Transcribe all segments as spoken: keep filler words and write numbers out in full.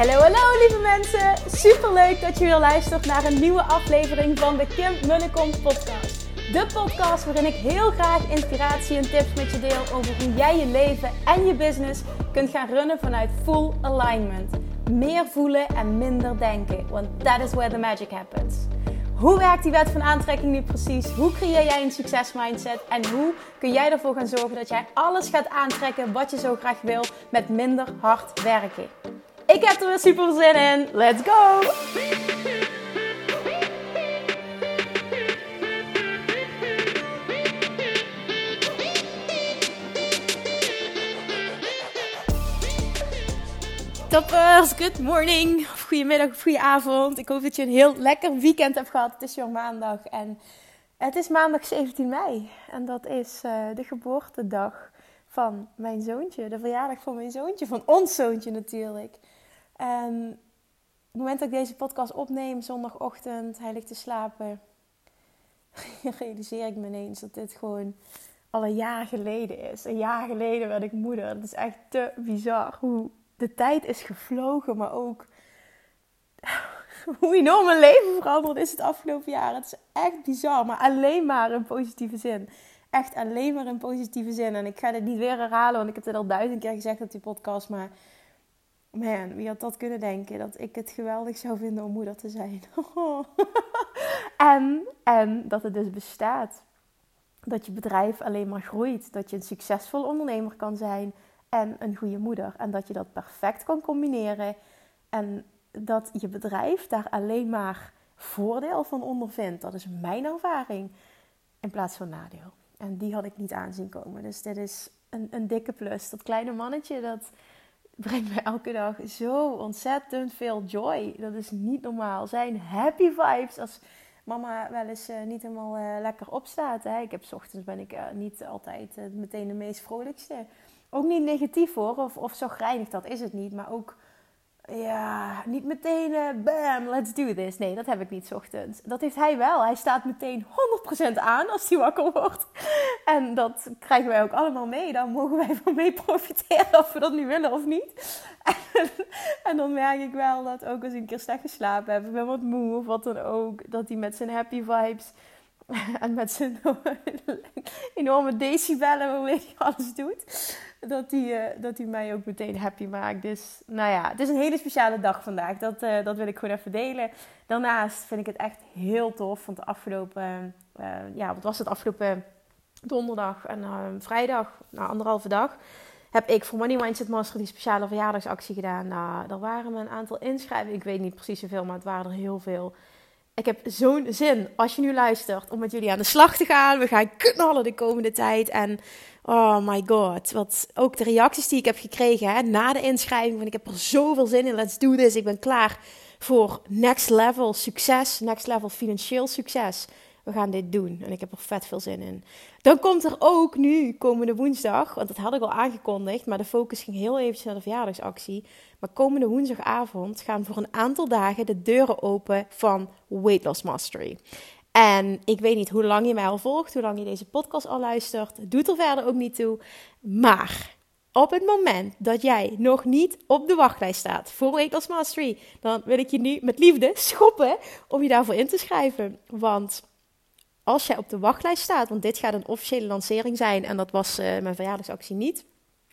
Hallo, hallo lieve mensen. Superleuk dat je weer luistert naar een nieuwe aflevering van de Kim Munnekom podcast. De podcast waarin ik heel graag inspiratie en tips met je deel over hoe jij je leven en je business kunt gaan runnen vanuit full alignment. Meer voelen en minder denken, want that is where the magic happens. Hoe werkt die wet van aantrekking nu precies? Hoe creëer jij een succesmindset? En hoe kun jij ervoor gaan zorgen dat jij alles gaat aantrekken wat je zo graag wil met minder hard werken? Ik heb er weer super zin in. Let's go! Toppers, good morning, of goedemiddag of goede avond. Ik hoop dat je een heel lekker weekend hebt gehad. Het is weer maandag en het is maandag zeventien mei. En dat is uh, de geboortedag van mijn zoontje. De verjaardag van mijn zoontje, van ons zoontje natuurlijk. En op het moment dat ik deze podcast opneem, zondagochtend, hij ligt te slapen, realiseer ik me ineens dat dit gewoon al een jaar geleden is. Een jaar geleden werd ik moeder. Dat is echt te bizar hoe de tijd is gevlogen, maar ook hoe enorm mijn leven veranderd is het afgelopen jaar. Het is echt bizar, maar alleen maar in positieve zin. Echt alleen maar in positieve zin. En ik ga dit niet weer herhalen, want ik heb het al duizend keer gezegd op die podcast. Maar man, wie had dat kunnen denken? Dat ik het geweldig zou vinden om moeder te zijn. en, en dat het dus bestaat. Dat je bedrijf alleen maar groeit. Dat je een succesvol ondernemer kan zijn. En een goede moeder. En dat je dat perfect kan combineren. En dat je bedrijf daar alleen maar voordeel van ondervindt. Dat is mijn ervaring. In plaats van nadeel. En die had ik niet aanzien komen. Dus dit is een, een dikke plus. Dat kleine mannetje, dat brengt mij elke dag zo ontzettend veel joy. Dat is niet normaal. Zijn happy vibes. Als mama wel eens uh, niet helemaal uh, lekker opstaat. Hè? Ik heb 's ochtends ben ik uh, niet altijd uh, meteen de meest vrolijkste. Ook niet negatief hoor, of, of chagrijnig, dat is het niet. Maar ook, ja, niet meteen, uh, bam, let's do this. Nee, dat heb ik niet 's ochtends. Dat heeft hij wel. Hij staat meteen honderd procent aan als hij wakker wordt. En dat krijgen wij ook allemaal mee. Daar mogen wij van mee profiteren, of we dat nu willen of niet. En, en dan merk ik wel dat ook als ik een keer slecht geslapen heb, ik ben wat moe of wat dan ook, dat hij met zijn happy vibes en met zijn enorme decibellen waarmee hij alles doet, dat hij, uh, dat hij mij ook meteen happy maakt. Dus nou ja, het is een hele speciale dag vandaag. Dat, uh, dat wil ik gewoon even delen. Daarnaast vind ik het echt heel tof. Want de afgelopen, uh, ja, wat was het? Afgelopen donderdag en uh, vrijdag, nou anderhalve dag, heb ik voor Money Mindset Master die speciale verjaardagsactie gedaan. Nou, er waren me een aantal inschrijvingen. Ik weet niet precies hoeveel, maar het waren er heel veel. Ik heb zo'n zin, als je nu luistert, om met jullie aan de slag te gaan. We gaan knallen de komende tijd. En oh my god, wat ook de reacties die ik heb gekregen hè, na de inschrijving. Van ik heb er zoveel zin in, let's do this. Ik ben klaar voor next level succes, next level financieel succes. We gaan dit doen en ik heb er vet veel zin in. Dan komt er ook nu, komende woensdag, want dat had ik al aangekondigd, maar de focus ging heel eventjes naar de verjaardagsactie. Maar komende woensdagavond gaan voor een aantal dagen de deuren open van Weight Loss Mastery. En ik weet niet hoe lang je mij al volgt, hoe lang je deze podcast al luistert. Het doet er verder ook niet toe. Maar op het moment dat jij nog niet op de wachtlijst staat voor Weight Loss Mastery, dan wil ik je nu met liefde schoppen om je daarvoor in te schrijven. Want als jij op de wachtlijst staat, want dit gaat een officiële lancering zijn en dat was uh, mijn verjaardagsactie niet,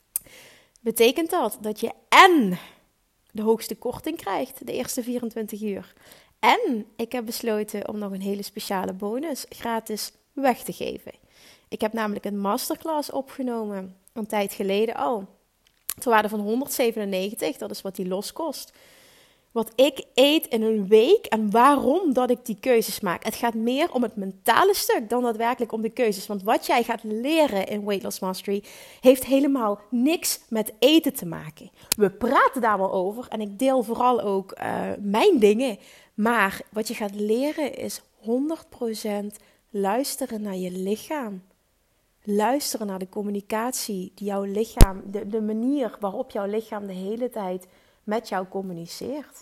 betekent dat dat je en de hoogste korting krijgt de eerste vierentwintig uur. En ik heb besloten om nog een hele speciale bonus gratis weg te geven. Ik heb namelijk een masterclass opgenomen een tijd geleden al. Ter waarde van honderdzevenennegentig, dat is wat die los kost. Wat ik eet in een week en waarom dat ik die keuzes maak. Het gaat meer om het mentale stuk dan daadwerkelijk om de keuzes. Want wat jij gaat leren in Weight Loss Mastery heeft helemaal niks met eten te maken. We praten daar wel over en ik deel vooral ook uh, mijn dingen. Maar wat je gaat leren is honderd procent luisteren naar je lichaam. Luisteren naar de communicatie die jouw lichaam, de, de manier waarop jouw lichaam de hele tijd met jou communiceert.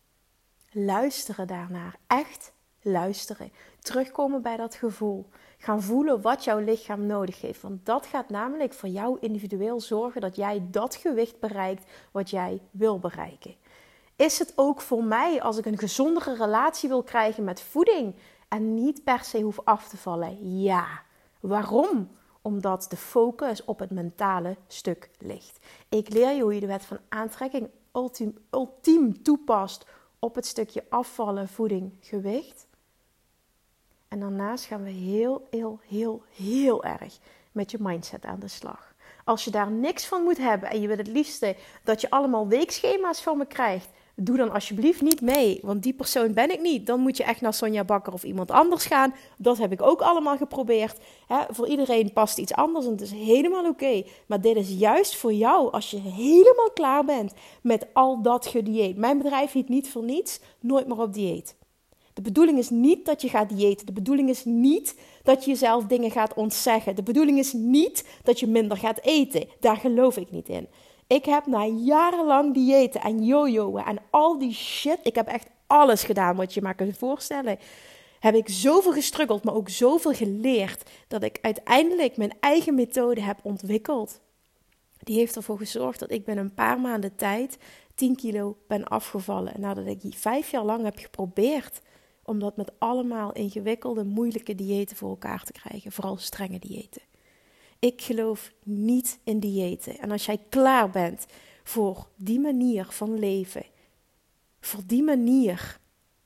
Luisteren daarnaar. Echt luisteren. Terugkomen bij dat gevoel. Gaan voelen wat jouw lichaam nodig heeft. Want dat gaat namelijk voor jou individueel zorgen dat jij dat gewicht bereikt wat jij wil bereiken. is het ook voor mij als ik een gezondere relatie wil krijgen met voeding en niet per se hoef af te vallen? Ja. Waarom? Omdat de focus op het mentale stuk ligt. Ik leer je hoe je de wet van aantrekking ultiem, ultiem toepast op het stukje afvallen, voeding, gewicht. En daarnaast gaan we heel, heel, heel, heel erg met je mindset aan de slag. Als je daar niks van moet hebben en je wil het liefste dat je allemaal weekschema's van me krijgt, doe dan alsjeblieft niet mee, want die persoon ben ik niet. Dan moet je echt naar Sonja Bakker of iemand anders gaan. Dat heb ik ook allemaal geprobeerd. He, voor iedereen past iets anders en het is helemaal oké. Okay. Maar dit is juist voor jou als je helemaal klaar bent met al dat gedieet. Mijn bedrijf heet niet voor niets, nooit meer op dieet. De bedoeling is niet dat je gaat diëten. De bedoeling is niet dat je jezelf dingen gaat ontzeggen. De bedoeling is niet dat je minder gaat eten. Daar geloof ik niet in. Ik heb na jarenlang diëten en jojoen en al die shit, ik heb echt alles gedaan wat je maar kunt voorstellen. Heb ik zoveel gestruggeld, maar ook zoveel geleerd, dat ik uiteindelijk mijn eigen methode heb ontwikkeld. Die heeft ervoor gezorgd dat ik binnen een paar maanden tijd tien kilo ben afgevallen. Nadat ik die vijf jaar lang heb geprobeerd om dat met allemaal ingewikkelde, moeilijke diëten voor elkaar te krijgen. Vooral strenge diëten. Ik geloof niet in diëten. En als jij klaar bent voor die manier van leven, voor die manier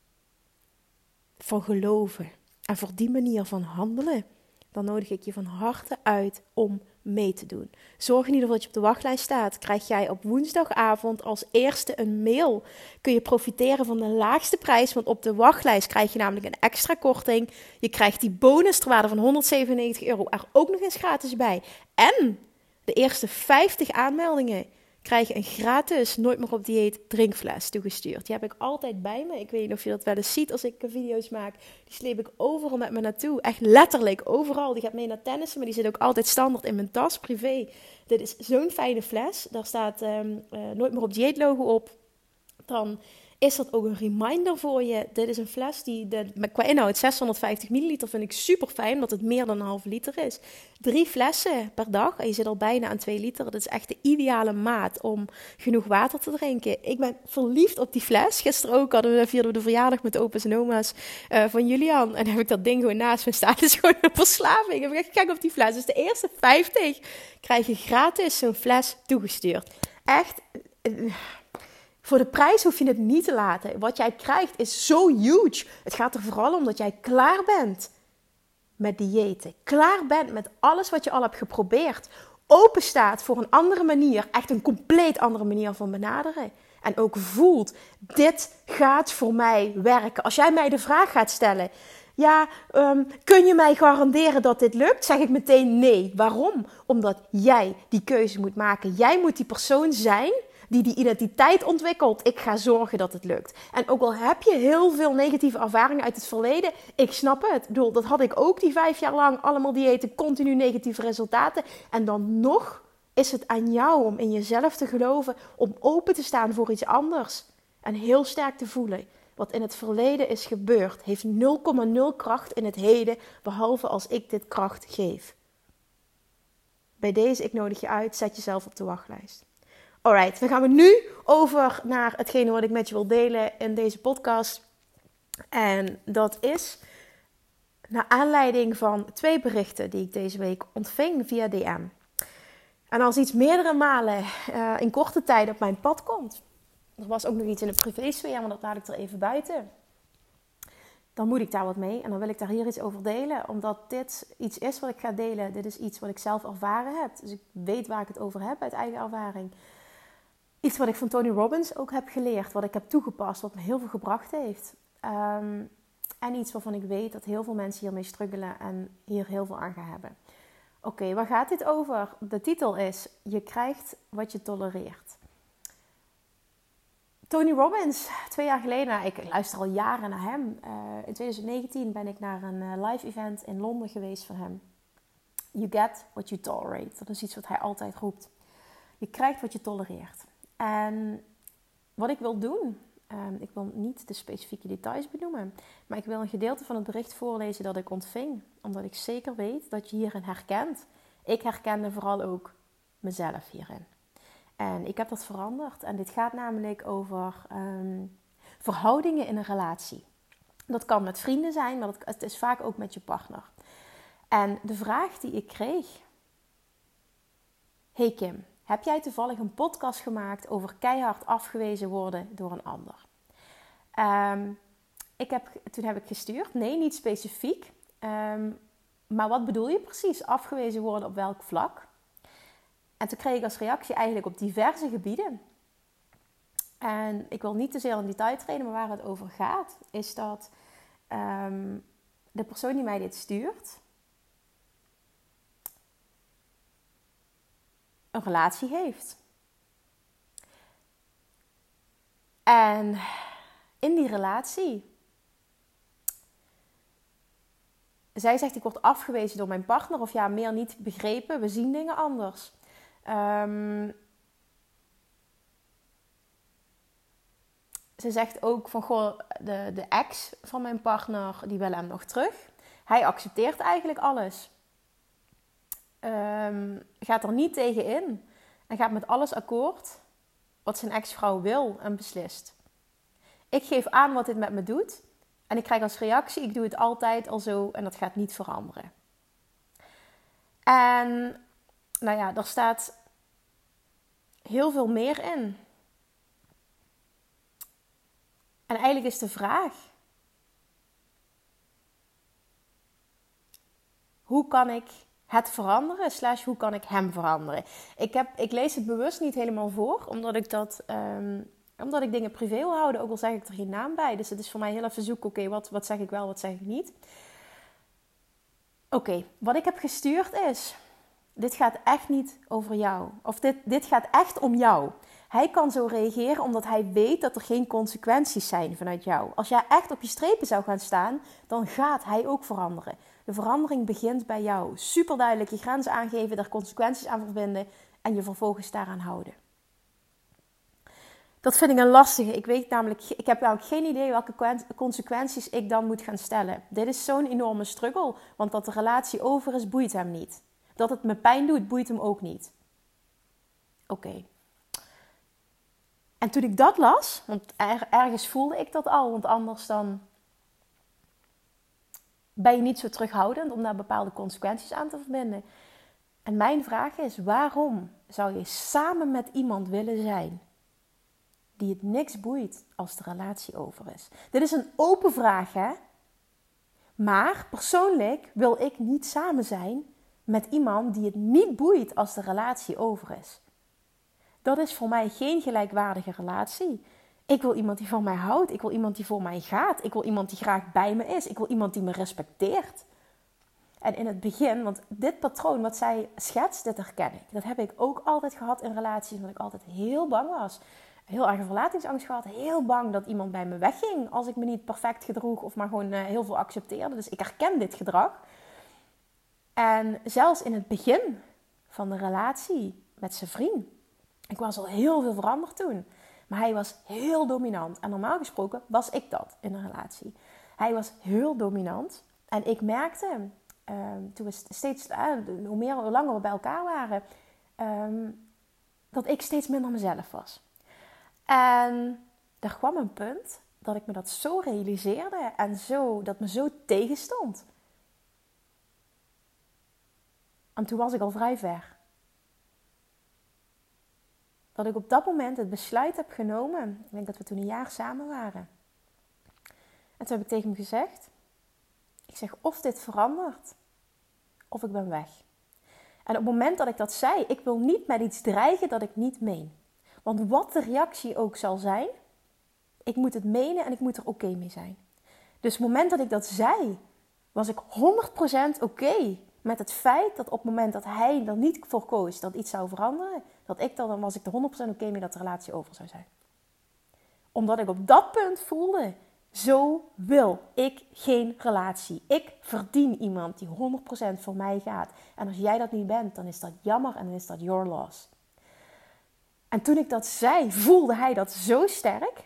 van geloven en voor die manier van handelen, dan nodig ik je van harte uit om mee te doen. Zorg in ieder geval dat je op de wachtlijst staat. Krijg jij op woensdagavond als eerste een mail. Kun je profiteren van de laagste prijs, want op de wachtlijst krijg je namelijk een extra korting. Je krijgt die bonus ter waarde van honderdzevenennegentig euro er ook nog eens gratis bij. En de eerste vijftig aanmeldingen krijg je een gratis Nooit meer op dieet drinkfles toegestuurd. Die heb ik altijd bij me. Ik weet niet of je dat wel eens ziet als ik video's maak. Die sleep ik overal met me naartoe. Echt letterlijk overal. Die gaat mee naar tennissen, maar die zit ook altijd standaard in mijn tas, privé. Dit is zo'n fijne fles. Daar staat um, uh, Nooit meer op dieet logo op. Dan is dat ook een reminder voor je. Dit is een fles die de, qua inhoud zeshonderdvijftig milliliter vind ik super fijn, omdat het meer dan een half liter is. Drie flessen per dag en je zit al bijna aan twee liter. Dat is echt de ideale maat om genoeg water te drinken. Ik ben verliefd op die fles. Gisteren ook hadden we, vierden we de verjaardag met de opa's en oma's uh, van Julian. En heb ik dat ding gewoon naast me staan. Het is gewoon een verslaving. Ik ben echt gek op die fles. Dus de eerste vijftig krijg je gratis zo'n fles toegestuurd. Echt... Uh, Voor de prijs hoef je het niet te laten. Wat jij krijgt is zo huge. Het gaat er vooral om dat jij klaar bent met diëten. Klaar bent met alles wat je al hebt geprobeerd. Open staat voor een andere manier. Echt een compleet andere manier van benaderen. En ook voelt, dit gaat voor mij werken. Als jij mij de vraag gaat stellen... Ja, um, kun je mij garanderen dat dit lukt? Zeg ik meteen nee. Waarom? Omdat jij die keuze moet maken. Jij moet die persoon zijn... die die identiteit ontwikkelt. Ik ga zorgen dat het lukt. En ook al heb je heel veel negatieve ervaringen uit het verleden, ik snap het. Ik bedoel, dat had ik ook die vijf jaar lang. Allemaal diëten, continu negatieve resultaten. En dan nog is het aan jou om in jezelf te geloven, om open te staan voor iets anders. En heel sterk te voelen. Wat in het verleden is gebeurd, heeft nul komma nul kracht in het heden, behalve als ik dit kracht geef. Bij deze, ik nodig je uit, zet jezelf op de wachtlijst. Alright, dan gaan we nu over naar hetgene wat ik met je wil delen in deze podcast. En dat is naar aanleiding van twee berichten die ik deze week ontving via D M. En als iets meerdere malen uh, in korte tijd op mijn pad komt. Er was ook nog iets in de privésfeer, maar dat laat ik er even buiten. Dan moet ik daar wat mee en dan wil ik daar hier iets over delen. Omdat dit iets is wat ik ga delen. Dit is iets wat ik zelf ervaren heb. Dus ik weet waar ik het over heb uit eigen ervaring. Iets wat ik van Tony Robbins ook heb geleerd. Wat ik heb toegepast. Wat me heel veel gebracht heeft. Um, en iets waarvan ik weet dat heel veel mensen hiermee struggelen. En hier heel veel aan gaan hebben. Oké, okay, waar gaat dit over? De titel is: je krijgt wat je tolereert. Tony Robbins, twee jaar geleden. Ik luister al jaren naar hem. Uh, in twintig negentien ben ik naar een uh, live event in Londen geweest van hem. You get what you tolerate. Dat is iets wat hij altijd roept. Je krijgt wat je tolereert. En wat ik wil doen, um, ik wil niet de specifieke details benoemen, maar ik wil een gedeelte van het bericht voorlezen dat ik ontving. Omdat ik zeker weet dat je hierin herkent. Ik herkende vooral ook mezelf hierin. En ik heb dat veranderd. En dit gaat namelijk over um, verhoudingen in een relatie. Dat kan met vrienden zijn, maar het is vaak ook met je partner. En de vraag die ik kreeg: hey Kim, heb jij toevallig een podcast gemaakt over keihard afgewezen worden door een ander? Um, ik heb, toen heb ik gestuurd, nee, niet specifiek. Um, maar wat bedoel je precies? Afgewezen worden op welk vlak? En toen kreeg ik als reactie eigenlijk op diverse gebieden. En ik wil niet te zeer in detail treden, maar waar het over gaat, is dat um, de persoon die mij dit stuurt een relatie heeft. En in die relatie, zij zegt ik word afgewezen door mijn partner, of ja, meer niet begrepen, we zien dingen anders. Um, ze zegt ook van, goh, de, de ex van mijn partner, die wil hem nog terug. Hij accepteert eigenlijk alles. Um, gaat er niet tegen in. En gaat met alles akkoord wat zijn ex-vrouw wil en beslist. Ik geef aan wat dit met me doet. En ik krijg als reactie, ik doe het altijd al zo en dat gaat niet veranderen. En nou ja, er staat heel veel meer in. En eigenlijk is de vraag: hoe kan ik het veranderen, slash hoe kan ik hem veranderen? Ik, heb, ik lees het bewust niet helemaal voor, omdat ik dat, um, omdat ik dingen privé wil houden, ook al zeg ik er geen naam bij. Dus het is voor mij heel even zoeken, oké, okay, wat, wat zeg ik wel, wat zeg ik niet. Oké, okay, wat ik heb gestuurd is: dit gaat echt niet over jou. Of dit, dit gaat echt om jou. Hij kan zo reageren omdat hij weet dat er geen consequenties zijn vanuit jou. Als jij echt op je strepen zou gaan staan, dan gaat hij ook veranderen. De verandering begint bij jou. Super duidelijk je grenzen aangeven, daar consequenties aan verbinden en je vervolgens daaraan houden. Dat vind ik een lastige. Ik weet namelijk, ik heb namelijk geen idee welke consequenties ik dan moet gaan stellen. Dit is zo'n enorme struggle, want dat de relatie over is, boeit hem niet. Dat het me pijn doet, boeit hem ook niet. Oké. Okay. En toen ik dat las, want er, ergens voelde ik dat al, want anders dan ben je niet zo terughoudend om daar bepaalde consequenties aan te verbinden. En mijn vraag is: waarom zou je samen met iemand willen zijn die het niks boeit als de relatie over is? Dit is een open vraag, hè? Maar persoonlijk wil ik niet samen zijn met iemand die het niet boeit als de relatie over is. Dat is voor mij geen gelijkwaardige relatie. Ik wil iemand die van mij houdt. Ik wil iemand die voor mij gaat. Ik wil iemand die graag bij me is. Ik wil iemand die me respecteert. En in het begin, want dit patroon wat zij schetst, dit herken ik. Dat heb ik ook altijd gehad in relaties, omdat ik altijd heel bang was. Heel erg verlatingsangst gehad. Heel bang dat iemand bij me wegging als ik me niet perfect gedroeg of maar gewoon uh, heel veel accepteerde. Dus ik herken dit gedrag. En zelfs in het begin van de relatie met zijn vriend. Ik was al heel veel veranderd toen. Maar hij was heel dominant. En normaal gesproken was ik dat in een relatie. Hij was heel dominant. En ik merkte, uh, toen we steeds, uh, hoe meer, hoe langer we bij elkaar waren, um, dat ik steeds minder mezelf was. En er kwam een punt dat ik me dat zo realiseerde en zo, dat me zo tegenstond. En toen was ik al vrij ver. Dat ik op dat moment het besluit heb genomen. Ik denk dat we toen een jaar samen waren. En toen heb ik tegen hem gezegd: ik zeg, of dit verandert, of ik ben weg. En op het moment dat ik dat zei, ik wil niet met iets dreigen dat ik niet meen. Want wat de reactie ook zal zijn, ik moet het menen en ik moet er oké okay mee zijn. Dus op het moment dat ik dat zei, was ik honderd procent oké okay met het feit dat op het moment dat hij er niet voor koos dat iets zou veranderen, dat ik dan, dan was ik er honderd procent oké okay mee dat de relatie over zou zijn. Omdat ik op dat punt voelde, zo wil ik geen relatie. Ik verdien iemand die honderd procent voor mij gaat. En als jij dat niet bent, dan is dat jammer en dan is dat your loss. En toen ik dat zei, voelde hij dat zo sterk,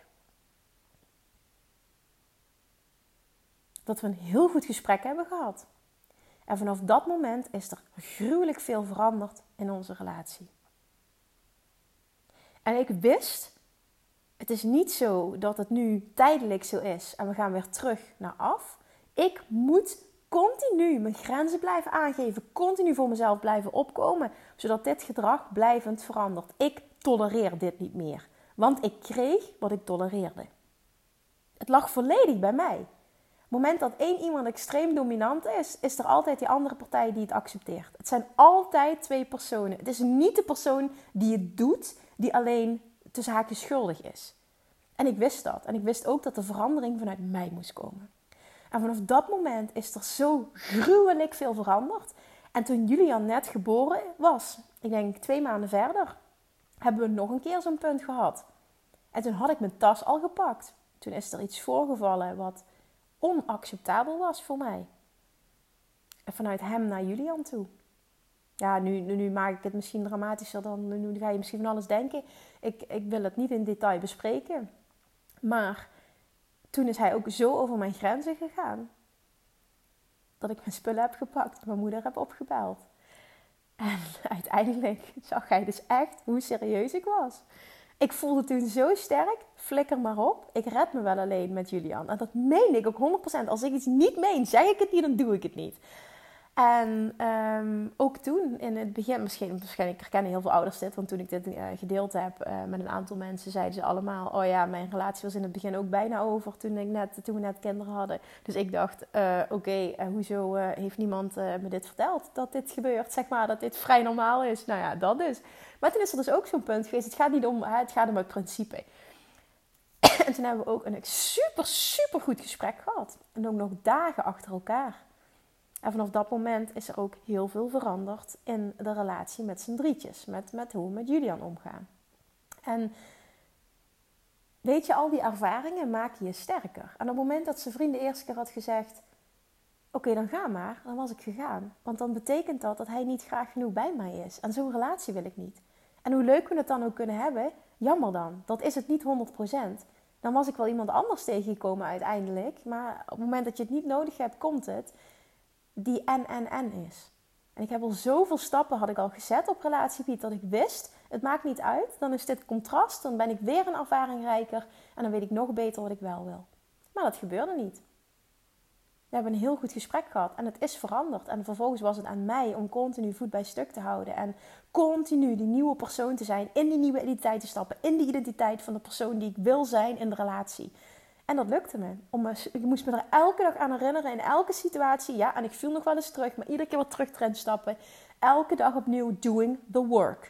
dat we een heel goed gesprek hebben gehad. En vanaf dat moment is er gruwelijk veel veranderd in onze relatie. En ik wist, het is niet zo dat het nu tijdelijk zo is en we gaan weer terug naar af. Ik moet continu mijn grenzen blijven aangeven, continu voor mezelf blijven opkomen, zodat dit gedrag blijvend verandert. Ik tolereer dit niet meer, want ik kreeg wat ik tolereerde. Het lag volledig bij mij. Op het moment dat één iemand extreem dominant is, is er altijd die andere partij die het accepteert. Het zijn altijd twee personen. Het is niet de persoon die het doet, die alleen tussen haakjes schuldig is. En ik wist dat. En ik wist ook dat de verandering vanuit mij moest komen. En vanaf dat moment is er zo gruwelijk veel veranderd. En toen Julian net geboren was, ik denk twee maanden verder, hebben we nog een keer zo'n punt gehad. En toen had ik mijn tas al gepakt. Toen is er iets voorgevallen wat onacceptabel was voor mij. En vanuit hem naar Julian toe. Ja, nu, nu, nu maak ik het misschien dramatischer dan... Nu ga je misschien van alles denken. Ik, ik wil het niet in detail bespreken. Maar toen is hij ook zo over mijn grenzen gegaan, dat ik mijn spullen heb gepakt, mijn moeder heb opgebeld. En uiteindelijk zag hij dus echt hoe serieus ik was. Ik voelde toen zo sterk, flikker maar op. Ik red me wel alleen met Julian. En dat meen ik ook honderd procent. Als ik iets niet meen, zeg ik het niet, dan doe ik het niet. En um, ook toen, in het begin, misschien, waarschijnlijk herkennen heel veel ouders dit, want toen ik dit uh, gedeeld heb uh, met een aantal mensen, zeiden ze allemaal, oh ja, mijn relatie was in het begin ook bijna over toen, ik net, toen we net kinderen hadden. Dus ik dacht, uh, oké, okay, uh, hoezo uh, heeft niemand uh, me dit verteld, dat dit gebeurt, zeg maar, dat dit vrij normaal is. Nou ja, dat dus. Maar toen is er dus ook zo'n punt geweest, het gaat niet om, hè, het gaat om het principe. En toen hebben we ook een super, super goed gesprek gehad. En ook nog dagen achter elkaar. En vanaf dat moment is er ook heel veel veranderd in de relatie met z'n drietjes. Met, met hoe we met Julian omgaan. En weet je, al die ervaringen maken je sterker. En op het moment dat zijn vriend de eerste keer had gezegd, oké, okay, dan ga maar. Dan was ik gegaan. Want dan betekent dat dat hij niet graag genoeg bij mij is. En zo'n relatie wil ik niet. En hoe leuk we het dan ook kunnen hebben, jammer dan. Dat is het niet honderd procent. Dan was ik wel iemand anders tegengekomen uiteindelijk. Maar op het moment dat je het niet nodig hebt, komt het. Die en, en, en is. En ik heb al zoveel stappen had ik al gezet op relatiegebied dat ik wist, het maakt niet uit. Dan is dit contrast, dan ben ik weer een ervaring rijker en dan weet ik nog beter wat ik wel wil. Maar dat gebeurde niet. We hebben een heel goed gesprek gehad en het is veranderd. En vervolgens was het aan mij om continu voet bij stuk te houden en continu die nieuwe persoon te zijn, in die nieuwe identiteit te stappen, in die identiteit van de persoon die ik wil zijn in de relatie. En dat lukte me. Om, ik moest me er elke dag aan herinneren in elke situatie. Ja, en ik viel nog wel eens terug, maar iedere keer wat terug erin stappen. Elke dag opnieuw doing the work.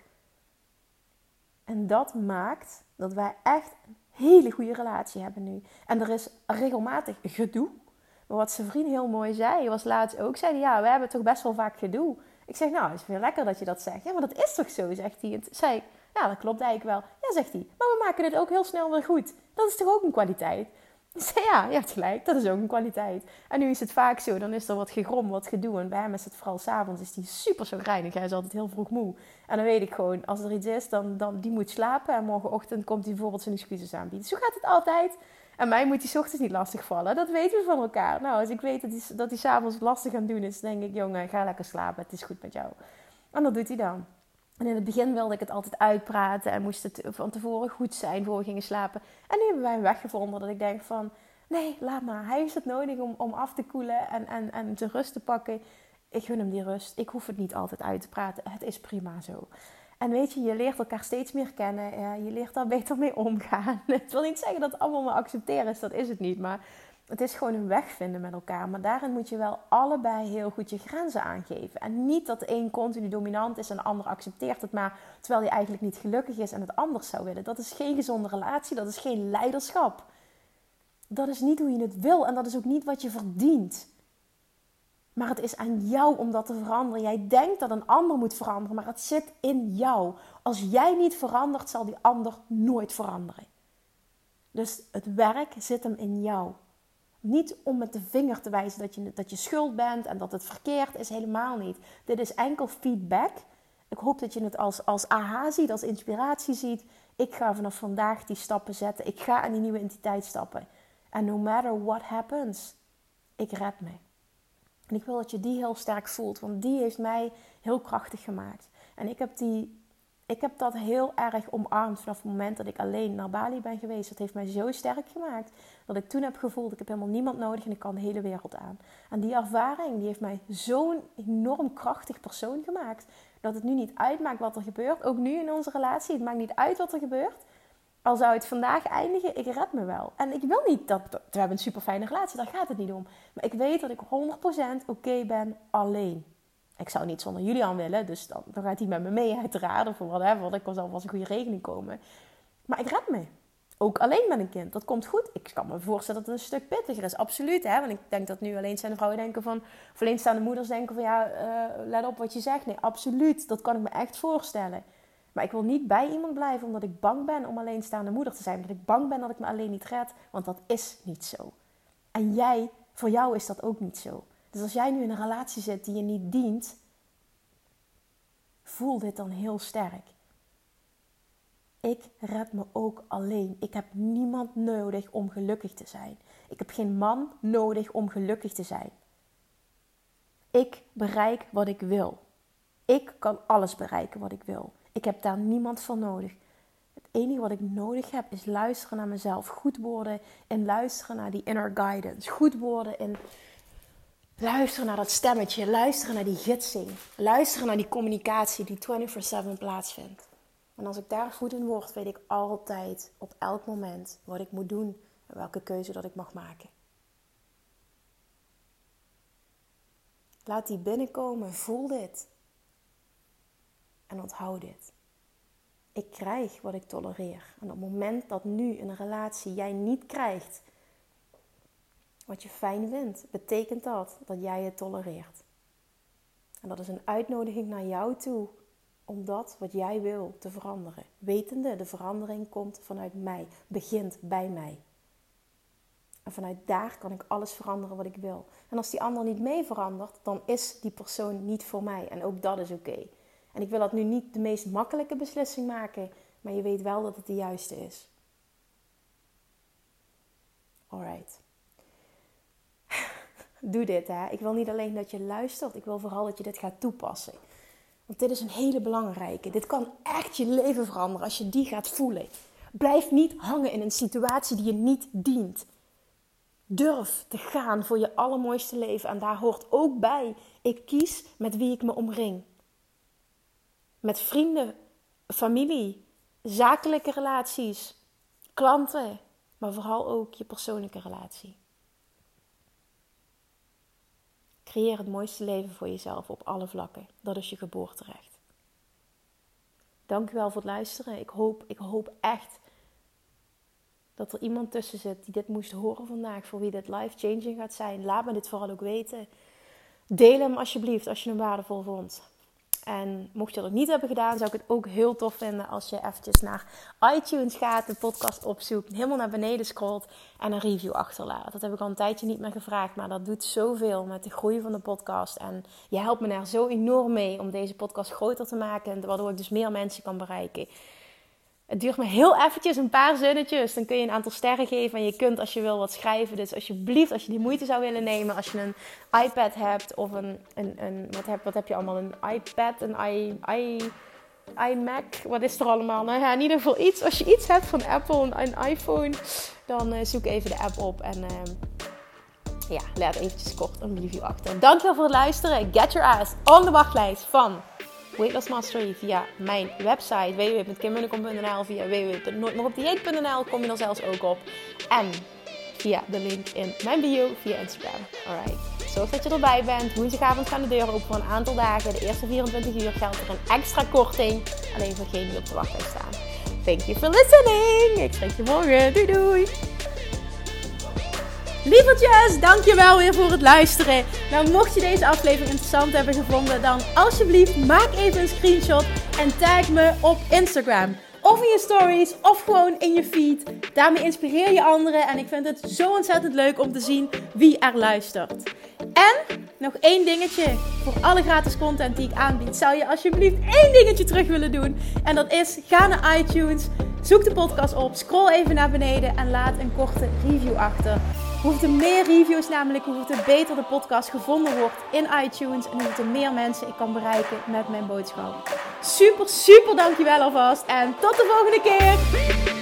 En dat maakt dat wij echt een hele goede relatie hebben nu. En er is regelmatig gedoe. Maar wat zijn vriend heel mooi zei, was laatst ook, zei hij, ja, we hebben toch best wel vaak gedoe. Ik zeg, nou, het is weer lekker dat je dat zegt. Ja, maar dat is toch zo, zegt hij. En toen zei ik, ja, dat klopt eigenlijk wel. Ja, zegt hij, maar we maken dit ook heel snel weer goed. Dat is toch ook een kwaliteit? Ik zei, ja, je hebt gelijk, dat is ook een kwaliteit. En nu is het vaak zo, dan is er wat gegrom, wat gedoe. En bij hem is het vooral 's avonds, is hij super chagrijnig. Hij is altijd heel vroeg moe. En dan weet ik gewoon, als er iets is, dan, dan die moet slapen. En morgenochtend komt hij bijvoorbeeld zijn excuses aanbieden. Zo gaat het altijd. En mij moet hij 's ochtends niet lastig vallen. Dat weten we van elkaar. Nou, als ik weet dat hij, dat hij 's avonds lastig aan het doen is, dan denk ik, jongen, ga lekker slapen. Het is goed met jou. En dat doet hij dan. En in het begin wilde ik het altijd uitpraten en moest het van tevoren goed zijn voor we gingen slapen. En nu hebben wij een weg gevonden dat ik denk van, nee, laat maar. Hij heeft het nodig om, om af te koelen en, en, en zijn rust te pakken. Ik gun hem die rust. Ik hoef het niet altijd uit te praten. Het is prima zo. En weet je, je leert elkaar steeds meer kennen. Je leert daar beter mee omgaan. Het wil niet zeggen dat het allemaal maar accepteren is. Dat is het niet. Maar het is gewoon een weg vinden met elkaar. Maar daarin moet je wel allebei heel goed je grenzen aangeven. En niet dat de een continu dominant is en de ander accepteert het maar, terwijl hij eigenlijk niet gelukkig is en het anders zou willen. Dat is geen gezonde relatie. Dat is geen leiderschap. Dat is niet hoe je het wil. En dat is ook niet wat je verdient. Maar het is aan jou om dat te veranderen. Jij denkt dat een ander moet veranderen, maar het zit in jou. Als jij niet verandert, zal die ander nooit veranderen. Dus het werk zit hem in jou. Niet om met de vinger te wijzen dat je, dat je schuld bent en dat het verkeerd is. Helemaal niet. Dit is enkel feedback. Ik hoop dat je het als, als aha ziet, als inspiratie ziet. Ik ga vanaf vandaag die stappen zetten. Ik ga aan die nieuwe entiteit stappen. En no matter what happens, ik red me. En ik wil dat je die heel sterk voelt, want die heeft mij heel krachtig gemaakt. En ik heb die Ik heb dat heel erg omarmd vanaf het moment dat ik alleen naar Bali ben geweest. Dat heeft mij zo sterk gemaakt dat ik toen heb gevoeld, ik heb helemaal niemand nodig en ik kan de hele wereld aan. En die ervaring die heeft mij zo'n enorm krachtig persoon gemaakt, dat het nu niet uitmaakt wat er gebeurt. Ook nu in onze relatie, het maakt niet uit wat er gebeurt. Al zou het vandaag eindigen, ik red me wel. En ik wil niet dat, we hebben een super fijne relatie, daar gaat het niet om. Maar ik weet dat ik honderd procent oké ben alleen. Ik zou niet zonder Julian willen, dus dan, dan gaat hij met me mee uiteraard. Of whatever, er zal wel een goede regeling komen. Maar ik red me. Ook alleen met een kind, dat komt goed. Ik kan me voorstellen dat het een stuk pittiger is, absoluut. Hè? Want ik denk dat nu alleenstaande vrouwen denken van... Of alleenstaande moeders denken van ja, uh, let op wat je zegt. Nee, absoluut, dat kan ik me echt voorstellen. Maar ik wil niet bij iemand blijven omdat ik bang ben om alleenstaande moeder te zijn. Omdat ik bang ben dat ik me alleen niet red, want dat is niet zo. En jij, voor jou is dat ook niet zo. Dus als jij nu in een relatie zit die je niet dient, voel dit dan heel sterk. Ik red me ook alleen. Ik heb niemand nodig om gelukkig te zijn. Ik heb geen man nodig om gelukkig te zijn. Ik bereik wat ik wil. Ik kan alles bereiken wat ik wil. Ik heb daar niemand voor nodig. Het enige wat ik nodig heb is luisteren naar mezelf. Goed worden en luisteren naar die inner guidance. Goed worden en luisteren naar dat stemmetje. Luisteren naar die gidsing. Luisteren naar die communicatie die vierentwintig zeven plaatsvindt. En als ik daar goed in word, weet ik altijd op elk moment wat ik moet doen en welke keuze dat ik mag maken. Laat die binnenkomen, voel dit. En onthoud dit. Ik krijg wat ik tolereer. En op het moment dat nu in een relatie jij niet krijgt wat je fijn vindt, betekent dat dat jij het tolereert. En dat is een uitnodiging naar jou toe om dat wat jij wil te veranderen. Wetende, de verandering komt vanuit mij, begint bij mij. En vanuit daar kan ik alles veranderen wat ik wil. En als die ander niet mee verandert, dan is die persoon niet voor mij. En ook dat is oké. Okay. En ik wil dat nu niet de meest makkelijke beslissing maken, maar je weet wel dat het de juiste is. Alright. Doe dit, hè. Ik wil niet alleen dat je luistert, ik wil vooral dat je dit gaat toepassen. Want dit is een hele belangrijke. Dit kan echt je leven veranderen als je die gaat voelen. Blijf niet hangen in een situatie die je niet dient. Durf te gaan voor je allermooiste leven. En daar hoort ook bij, ik kies met wie ik me omring. Met vrienden, familie, zakelijke relaties, klanten. Maar vooral ook je persoonlijke relatie. Creëer het mooiste leven voor jezelf op alle vlakken. Dat is je geboorterecht. Dankjewel voor het luisteren. Ik hoop, ik hoop echt dat er iemand tussen zit die dit moest horen vandaag. Voor wie dit life-changing gaat zijn. Laat me dit vooral ook weten. Deel hem alsjeblieft als je hem waardevol vond. En mocht je dat niet hebben gedaan, zou ik het ook heel tof vinden als je eventjes naar iTunes gaat, de podcast opzoekt, helemaal naar beneden scrolt en een review achterlaat. Dat heb ik al een tijdje niet meer gevraagd, maar dat doet zoveel met de groei van de podcast. En je helpt me daar zo enorm mee om deze podcast groter te maken, waardoor ik dus meer mensen kan bereiken. Het duurt me heel eventjes, een paar zinnetjes. Dan kun je een aantal sterren geven. En je kunt als je wil wat schrijven. Dus alsjeblieft, als je die moeite zou willen nemen. Als je een iPad hebt of een... een, een wat, heb, wat heb je allemaal? Een iPad, een i, i, iMac. Wat is er allemaal? Nou ja, in ieder geval iets. Als je iets hebt van Apple, een, een iPhone. Dan uh, zoek even de app op. En uh, ja, laat eventjes kort een review achter. Dankjewel voor het luisteren. Get your ass on de wachtlijst van Weight Loss Mastery via mijn website w w w punt kim munnekom punt n l, via w w w punt nooit meer op dieet punt n l kom je er zelfs ook op. En via de link in mijn bio via Instagram. Alright. Zorg dat je erbij bent. Woensdagavond gaan de deuren open voor een aantal dagen. De eerste vierentwintig uur geldt er een extra korting. Alleen voor degenen die op de wachtlijst staan. Thank you for listening. Ik spreek je morgen. Doei doei. Lievertjes, dankjewel weer voor het luisteren. Nou, mocht je deze aflevering interessant hebben gevonden, dan alsjeblieft maak even een screenshot en tag me op Instagram. Of in je stories, of gewoon in je feed. Daarmee inspireer je anderen en ik vind het zo ontzettend leuk om te zien wie er luistert. En nog één dingetje. Voor alle gratis content die ik aanbied, zou je alsjeblieft één dingetje terug willen doen. En dat is, ga naar iTunes, zoek de podcast op, scroll even naar beneden en laat een korte review achter. Hoe er meer reviews namelijk, hoe er beter de podcast gevonden wordt in iTunes. En hoe er meer mensen ik kan bereiken met mijn boodschap. Super, super dankjewel alvast. En tot de volgende keer.